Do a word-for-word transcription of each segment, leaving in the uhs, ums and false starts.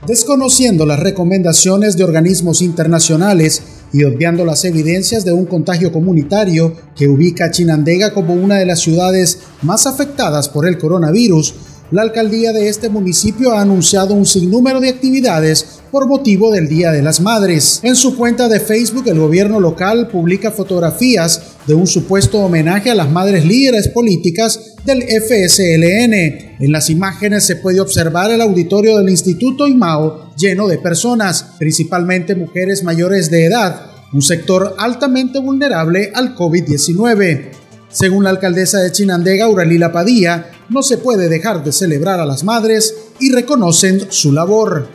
Desconociendo las recomendaciones de organismos internacionales y obviando las evidencias de un contagio comunitario que ubica a Chinandega como una de las ciudades más afectadas por el coronavirus, la alcaldía de este municipio ha anunciado un sinnúmero de actividades por motivo del Día de las Madres. En su cuenta de Facebook, el gobierno local publica fotografías de un supuesto homenaje a las madres líderes políticas del F S L N. En las imágenes se puede observar el auditorio del Instituto Imao lleno de personas, principalmente mujeres mayores de edad, un sector altamente vulnerable al COVID diecinueve. Según la alcaldesa de Chinandega, Uralila Padilla, no se puede dejar de celebrar a las madres y reconocen su labor.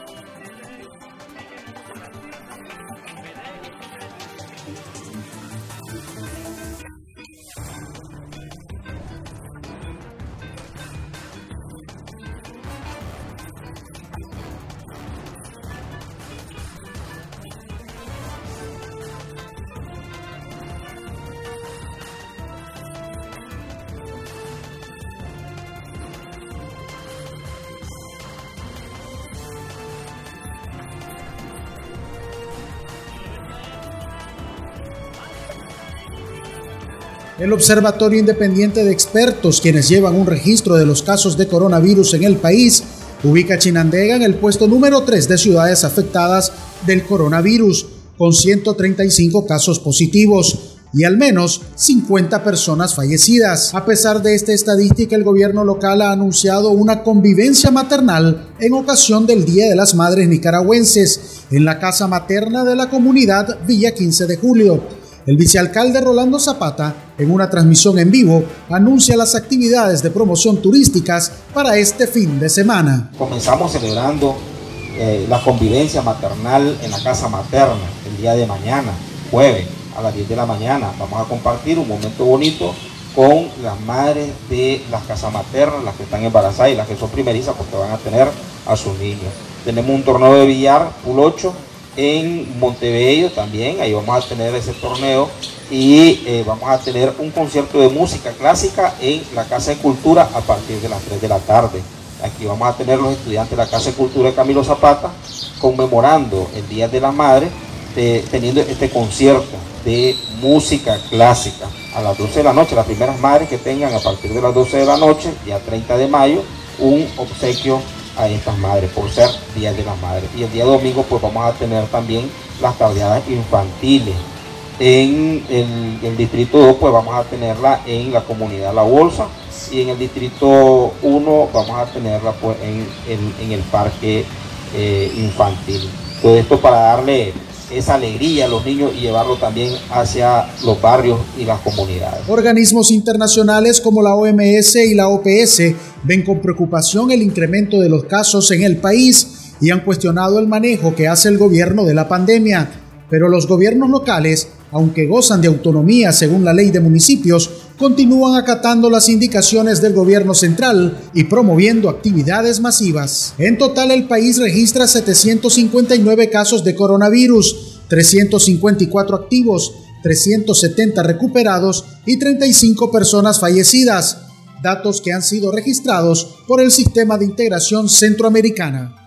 El Observatorio Independiente de Expertos, quienes llevan un registro de los casos de coronavirus en el país, ubica a Chinandega en el puesto número tres de ciudades afectadas del coronavirus, con ciento treinta y cinco casos positivos y al menos cincuenta personas fallecidas. A pesar de esta estadística, el gobierno local ha anunciado una convivencia maternal en ocasión del Día de las Madres Nicaragüenses en la casa materna de la comunidad Villa quince de julio. El vicealcalde Rolando Zapata, en una transmisión en vivo, anuncia las actividades de promoción turísticas para este fin de semana. Comenzamos celebrando eh, la convivencia maternal en la casa materna el día de mañana, jueves, a las diez de la mañana. Vamos a compartir un momento bonito con las madres de las casas maternas, las que están embarazadas y las que son primerizas porque van a tener a sus niños. Tenemos un torneo de billar, pool ocho, en Montebello también, ahí vamos a tener ese torneo y eh, vamos a tener un concierto de música clásica en la Casa de Cultura a partir de las tres de la tarde. Aquí vamos a tener los estudiantes de la Casa de Cultura de Camilo Zapata conmemorando el Día de la Madre, de, teniendo este concierto de música clásica a las doce de la noche. Las primeras madres que tengan a partir de las doce de la noche, día treinta de mayo, un obsequio a estas madres por ser Día de las Madres. Y el día domingo pues vamos a tener también las tardeadas infantiles. En el, el distrito dos pues vamos a tenerla en la comunidad La Bolsa y en el distrito uno vamos a tenerla pues en, en, en el parque eh, infantil. Todo esto para darle esa alegría a los niños y llevarlo también hacia los barrios y las comunidades. Organismos internacionales como la O M S y la O P S ven con preocupación el incremento de los casos en el país y han cuestionado el manejo que hace el gobierno de la pandemia. Pero los gobiernos locales, aunque gozan de autonomía según la ley de municipios, continúan acatando las indicaciones del gobierno central y promoviendo actividades masivas. En total, el país registra setecientos cincuenta y nueve casos de coronavirus, trescientos cincuenta y cuatro activos, trescientos setenta recuperados y treinta y cinco personas fallecidas, datos que han sido registrados por el Sistema de Integración Centroamericana.